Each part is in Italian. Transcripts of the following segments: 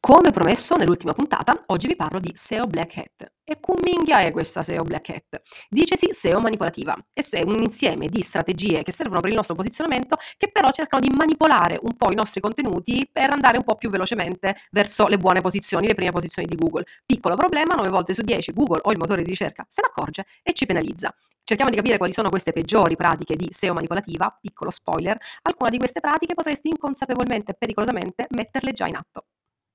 Come promesso nell'ultima puntata, oggi vi parlo di SEO Black Hat. E cum minchia è questa SEO Black Hat? Dicesi SEO manipolativa. Esso è un insieme di strategie che servono per il nostro posizionamento, che però cercano di manipolare un po' i nostri contenuti per andare un po' più velocemente verso le buone posizioni, le prime posizioni di Google. Piccolo problema, 9 volte su 10 Google o il motore di ricerca se ne accorge e ci penalizza. Cerchiamo di capire quali sono queste peggiori pratiche di SEO manipolativa. Piccolo spoiler, alcune di queste pratiche potresti inconsapevolmente e pericolosamente metterle già in atto.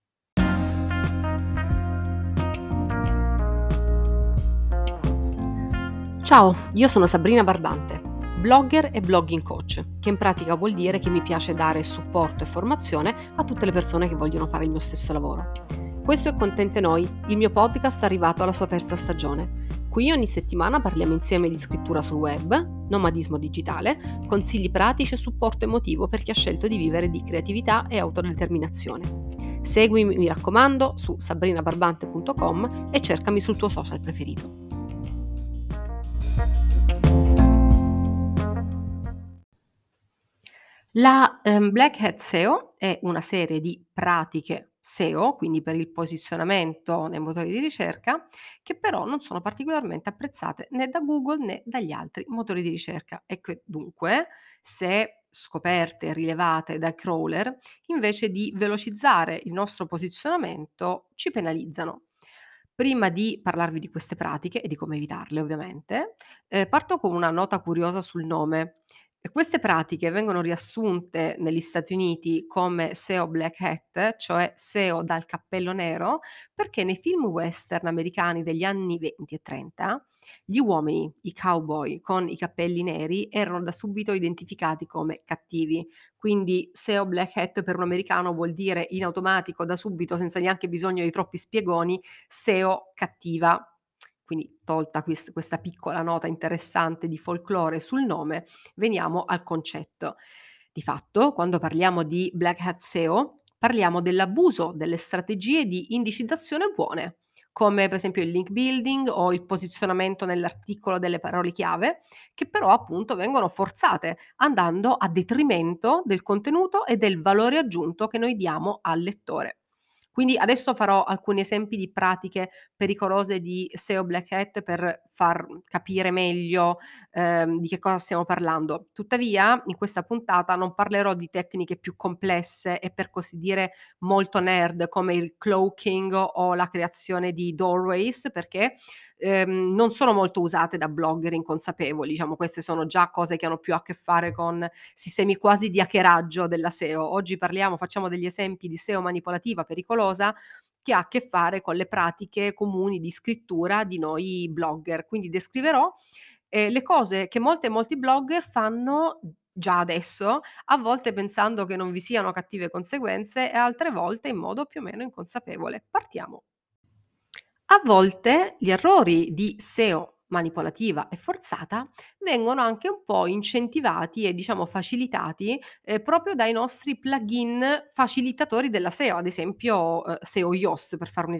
Ciao, io sono Sabrina Barbante, blogger e blogging coach, che in pratica vuol dire che mi piace dare supporto e formazione a tutte le persone che vogliono fare il mio stesso lavoro. Questo è Contente Noi, il mio podcast arrivato alla sua terza stagione. Qui ogni settimana parliamo insieme di scrittura sul web, nomadismo digitale, consigli pratici e supporto emotivo per chi ha scelto di vivere di creatività e autodeterminazione. Seguimi, mi raccomando, su sabrinabarbante.com e cercami sul tuo social preferito. La Black Hat SEO è una serie di pratiche SEO, quindi per il posizionamento nei motori di ricerca, che però non sono particolarmente apprezzate né da Google né dagli altri motori di ricerca e che dunque, se scoperte e rilevate dai crawler, invece di velocizzare il nostro posizionamento, ci penalizzano. Prima di parlarvi di queste pratiche e di come evitarle ovviamente, parto con una nota curiosa sul nome. E queste pratiche vengono riassunte negli Stati Uniti come SEO Black Hat, cioè SEO dal cappello nero, perché nei film western americani degli anni 20 e 30 gli uomini, i cowboy con i cappelli neri, erano da subito identificati come cattivi. Quindi SEO Black Hat per un americano vuol dire in automatico, da subito, senza neanche bisogno di troppi spiegoni, SEO cattiva. Quindi tolta questa piccola nota interessante di folklore sul nome, veniamo al concetto. Di fatto, quando parliamo di Black Hat SEO, parliamo dell'abuso delle strategie di indicizzazione buone, come per esempio il link building o il posizionamento nell'articolo delle parole chiave, che però appunto vengono forzate, andando a detrimento del contenuto e del valore aggiunto che noi diamo al lettore. Quindi adesso farò alcuni esempi di pratiche pericolose di SEO Black Hat per far capire meglio, di che cosa stiamo parlando. Tuttavia, in questa puntata non parlerò di tecniche più complesse e per così dire molto nerd come il cloaking o la creazione di doorways, perché, non sono molto usate da blogger inconsapevoli. Diciamo, queste sono già cose che hanno più a che fare con sistemi quasi di hackeraggio della SEO. Oggi facciamo degli esempi di SEO manipolativa pericolosa che ha a che fare con le pratiche comuni di scrittura di noi blogger. Quindi descriverò, le cose che molte e molti blogger fanno già adesso, a volte pensando che non vi siano cattive conseguenze e altre volte in modo più o meno inconsapevole. Partiamo. A volte gli errori di SEO manipolativa e forzata vengono anche un po' incentivati e diciamo facilitati, proprio dai nostri plugin facilitatori della SEO, ad esempio, SEO Yoast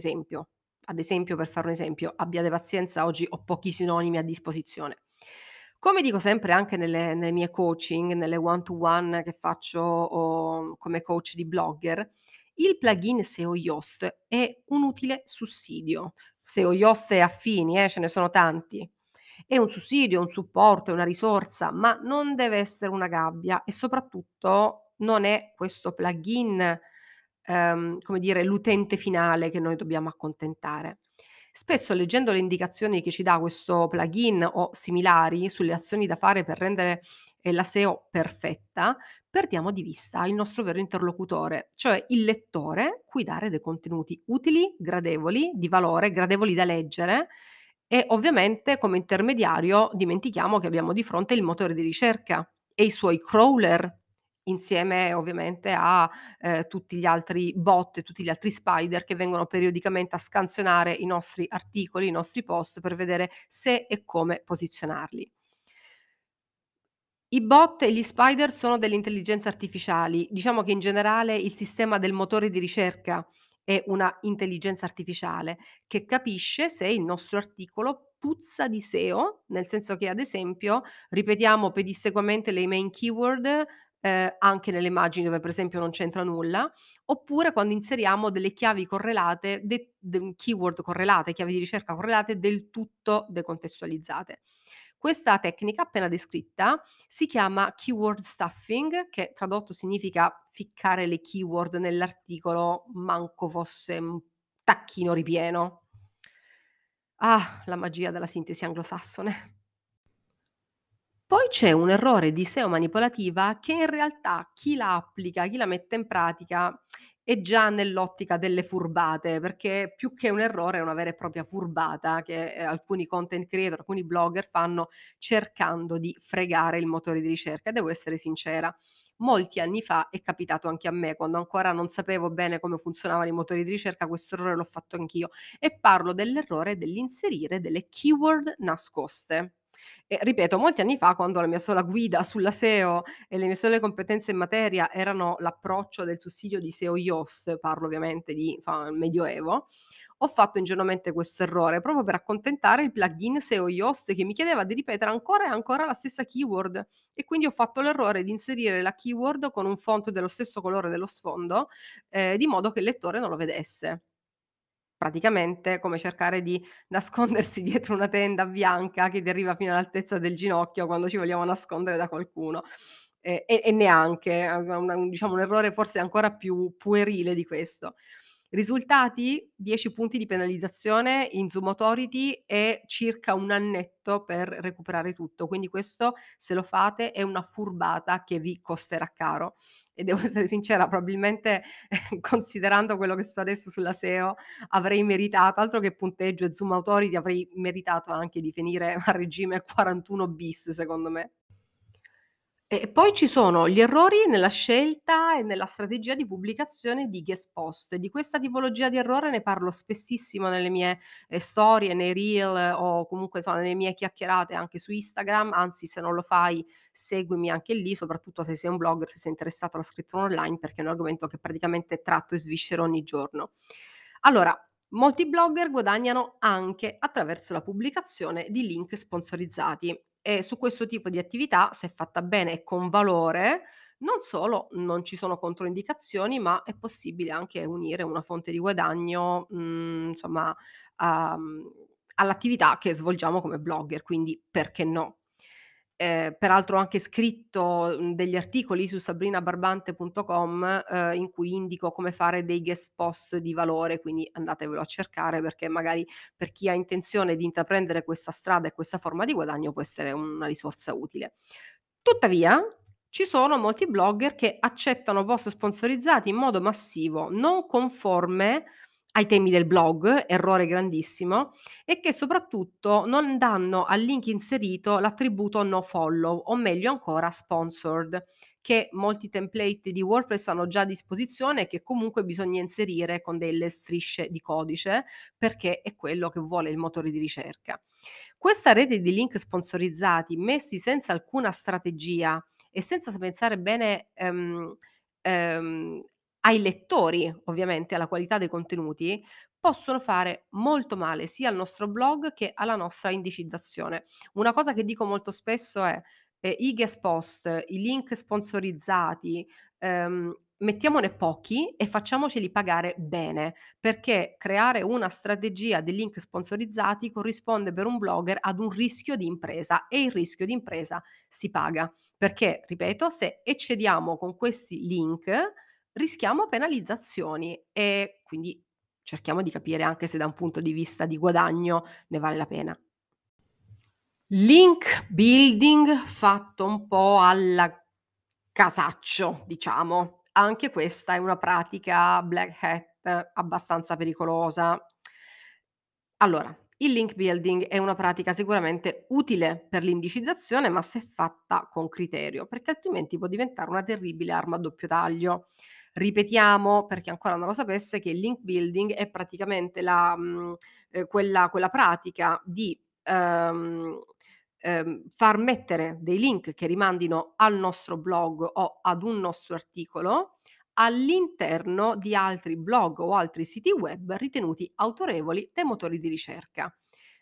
per fare un esempio, abbiate pazienza, oggi ho pochi sinonimi a disposizione. Come dico sempre anche nelle mie coaching, nelle one to one che faccio o come coach di blogger, il plugin SEO Yoast è un utile sussidio. SEO Yoast e affini, ce ne sono tanti. È un sussidio, un supporto, è una risorsa, ma non deve essere una gabbia e soprattutto non è questo plugin, come dire, l'utente finale che noi dobbiamo accontentare. Spesso leggendo le indicazioni che ci dà questo plugin o similari sulle azioni da fare per rendere, la SEO perfetta, perdiamo di vista il nostro vero interlocutore, cioè il lettore cui dare dei contenuti utili, gradevoli, di valore, gradevoli da leggere e ovviamente come intermediario dimentichiamo che abbiamo di fronte il motore di ricerca e i suoi crawler, insieme ovviamente a, tutti gli altri bot e tutti gli altri spider che vengono periodicamente a scansionare i nostri articoli, i nostri post per vedere se e come posizionarli. I bot e gli spider sono delle intelligenze artificiali. Diciamo che in generale il sistema del motore di ricerca è una intelligenza artificiale che capisce se il nostro articolo puzza di SEO, nel senso che ad esempio ripetiamo pedissequamente le main keyword anche nelle immagini dove per esempio non c'entra nulla, oppure quando inseriamo delle chiavi correlate keyword correlate, chiavi di ricerca correlate del tutto decontestualizzate. Questa tecnica appena descritta si chiama keyword stuffing, che tradotto significa ficcare le keyword nell'articolo manco fosse un tacchino ripieno. Ah, la magia della sintesi anglosassone. Poi c'è un errore di SEO manipolativa che in realtà chi la applica, chi la mette in pratica è già nell'ottica delle furbate, perché più che un errore è una vera e propria furbata che, alcuni content creator, alcuni blogger fanno cercando di fregare il motore di ricerca. Devo essere sincera, molti anni fa è capitato anche a me, quando ancora non sapevo bene come funzionavano i motori di ricerca, questo errore l'ho fatto anch'io e parlo dell'errore dell'inserire delle keyword nascoste. E ripeto, molti anni fa, quando la mia sola guida sulla SEO e le mie sole competenze in materia erano l'approccio del sussidio di SEO Yoast, parlo ovviamente di insomma il medioevo, ho fatto ingenuamente questo errore proprio per accontentare il plugin SEO Yoast che mi chiedeva di ripetere ancora e ancora la stessa keyword e quindi ho fatto l'errore di inserire la keyword con un font dello stesso colore dello sfondo, di modo che il lettore non lo vedesse. Praticamente come cercare di nascondersi dietro una tenda bianca che ti arriva fino all'altezza del ginocchio quando ci vogliamo nascondere da qualcuno. E neanche, un diciamo un errore forse ancora più puerile di questo. Risultati: 10 punti di penalizzazione in Zoom Authority e circa 1 annetto per recuperare tutto. Quindi questo, se lo fate, è una furbata che vi costerà caro. E devo essere sincera, probabilmente considerando quello che so adesso sulla SEO, avrei meritato altro che punteggio e Zoom Authority, avrei meritato anche di finire a regime 41 bis secondo me. E poi ci sono gli errori nella scelta e nella strategia di pubblicazione di guest post. Di questa tipologia di errore ne parlo spessissimo nelle mie, storie, nei reel o comunque insomma nelle mie chiacchierate anche su Instagram, anzi se non lo fai seguimi anche lì, soprattutto se sei un blogger, se sei interessato alla scrittura online, perché è un argomento che praticamente tratto e sviscero ogni giorno. Allora, molti blogger guadagnano anche attraverso la pubblicazione di link sponsorizzati e su questo tipo di attività, se fatta bene e con valore, non solo non ci sono controindicazioni, ma è possibile anche unire una fonte di guadagno, insomma, all'attività che svolgiamo come blogger, quindi perché no? Peraltro ho anche scritto, degli articoli su sabrinabarbante.com, in cui indico come fare dei guest post di valore, quindi andatevelo a cercare perché magari per chi ha intenzione di intraprendere questa strada e questa forma di guadagno può essere una risorsa utile. Tuttavia, ci sono molti blogger che accettano post sponsorizzati in modo massivo, non conforme ai temi del blog, errore grandissimo, e che soprattutto non danno al link inserito l'attributo no follow, o meglio ancora sponsored, che molti template di WordPress hanno già a disposizione e che comunque bisogna inserire con delle strisce di codice, perché è quello che vuole il motore di ricerca. Questa rete di link sponsorizzati messi senza alcuna strategia e senza s pensare bene, ehm, ai lettori, ovviamente, alla qualità dei contenuti, possono fare molto male sia al nostro blog che alla nostra indicizzazione. Una cosa che dico molto spesso è, i guest post, i link sponsorizzati, mettiamone pochi e facciamoceli pagare bene, perché creare una strategia di link sponsorizzati corrisponde per un blogger ad un rischio di impresa e il rischio di impresa si paga. Perché, ripeto, se eccediamo con questi link rischiamo penalizzazioni e quindi cerchiamo di capire anche se da un punto di vista di guadagno ne vale la pena. Link building fatto un po' alla casaccio, diciamo. Anche questa è una pratica black hat abbastanza pericolosa. Allora, il link building è una pratica sicuramente utile per l'indicizzazione, ma se fatta con criterio, perché altrimenti può diventare una terribile arma a doppio taglio. Ripetiamo, per chi ancora non lo sapesse, che il link building è praticamente quella pratica di, far mettere dei link che rimandino al nostro blog o ad un nostro articolo all'interno di altri blog o altri siti web ritenuti autorevoli dai motori di ricerca.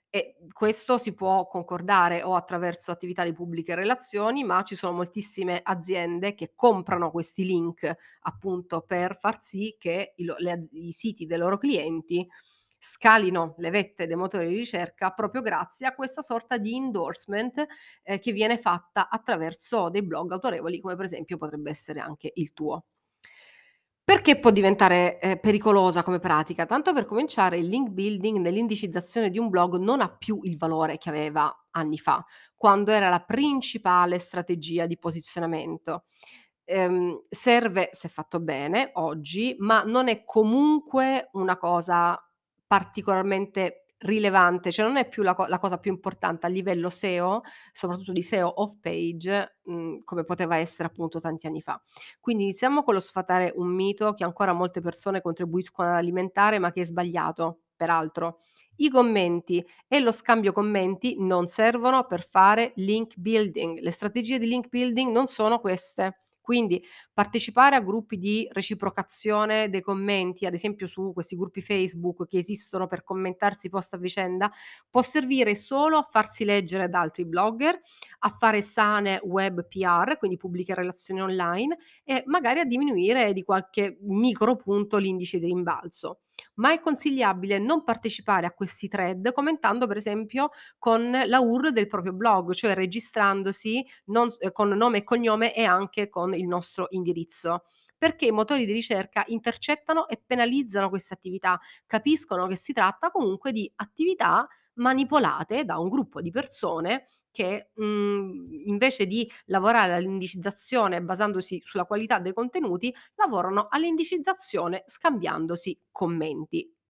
E questo si può concordare o attraverso attività di pubbliche relazioni, ma ci sono moltissime aziende che comprano questi link, appunto, per far sì che i siti dei loro clienti scalino le vette dei motori di ricerca proprio grazie a questa sorta di endorsement, che viene fatta attraverso dei blog autorevoli, come per esempio potrebbe essere anche il tuo. Perché può diventare, pericolosa come pratica? Tanto per cominciare il link building nell'indicizzazione di un blog non ha più il valore che aveva anni fa, quando era la principale strategia di posizionamento. Serve se fatto bene oggi, ma non è comunque una cosa particolarmente rilevante, cioè non è più la cosa più importante a livello SEO, soprattutto di SEO off page, come poteva essere appunto tanti anni fa. Quindi iniziamo con lo sfatare un mito che ancora molte persone contribuiscono ad alimentare, ma che è sbagliato, peraltro. I commenti e lo scambio commenti non servono per fare link building. Le strategie di link building non sono queste. Quindi partecipare a gruppi di reciprocazione dei commenti, ad esempio su questi gruppi Facebook che esistono per commentarsi i post a vicenda, può servire solo a farsi leggere da altri blogger, a fare sane web PR, quindi pubbliche relazioni online, e magari a diminuire di qualche micro punto l'indice di rimbalzo. Ma è consigliabile non partecipare a questi thread commentando per esempio con la URL del proprio blog, cioè registrandosi con nome e cognome e anche con il nostro indirizzo. Perché i motori di ricerca intercettano e penalizzano queste attività, capiscono che si tratta comunque di attività manipolate da un gruppo di persone che, invece di lavorare all'indicizzazione basandosi sulla qualità dei contenuti, lavorano all'indicizzazione scambiandosi commenti.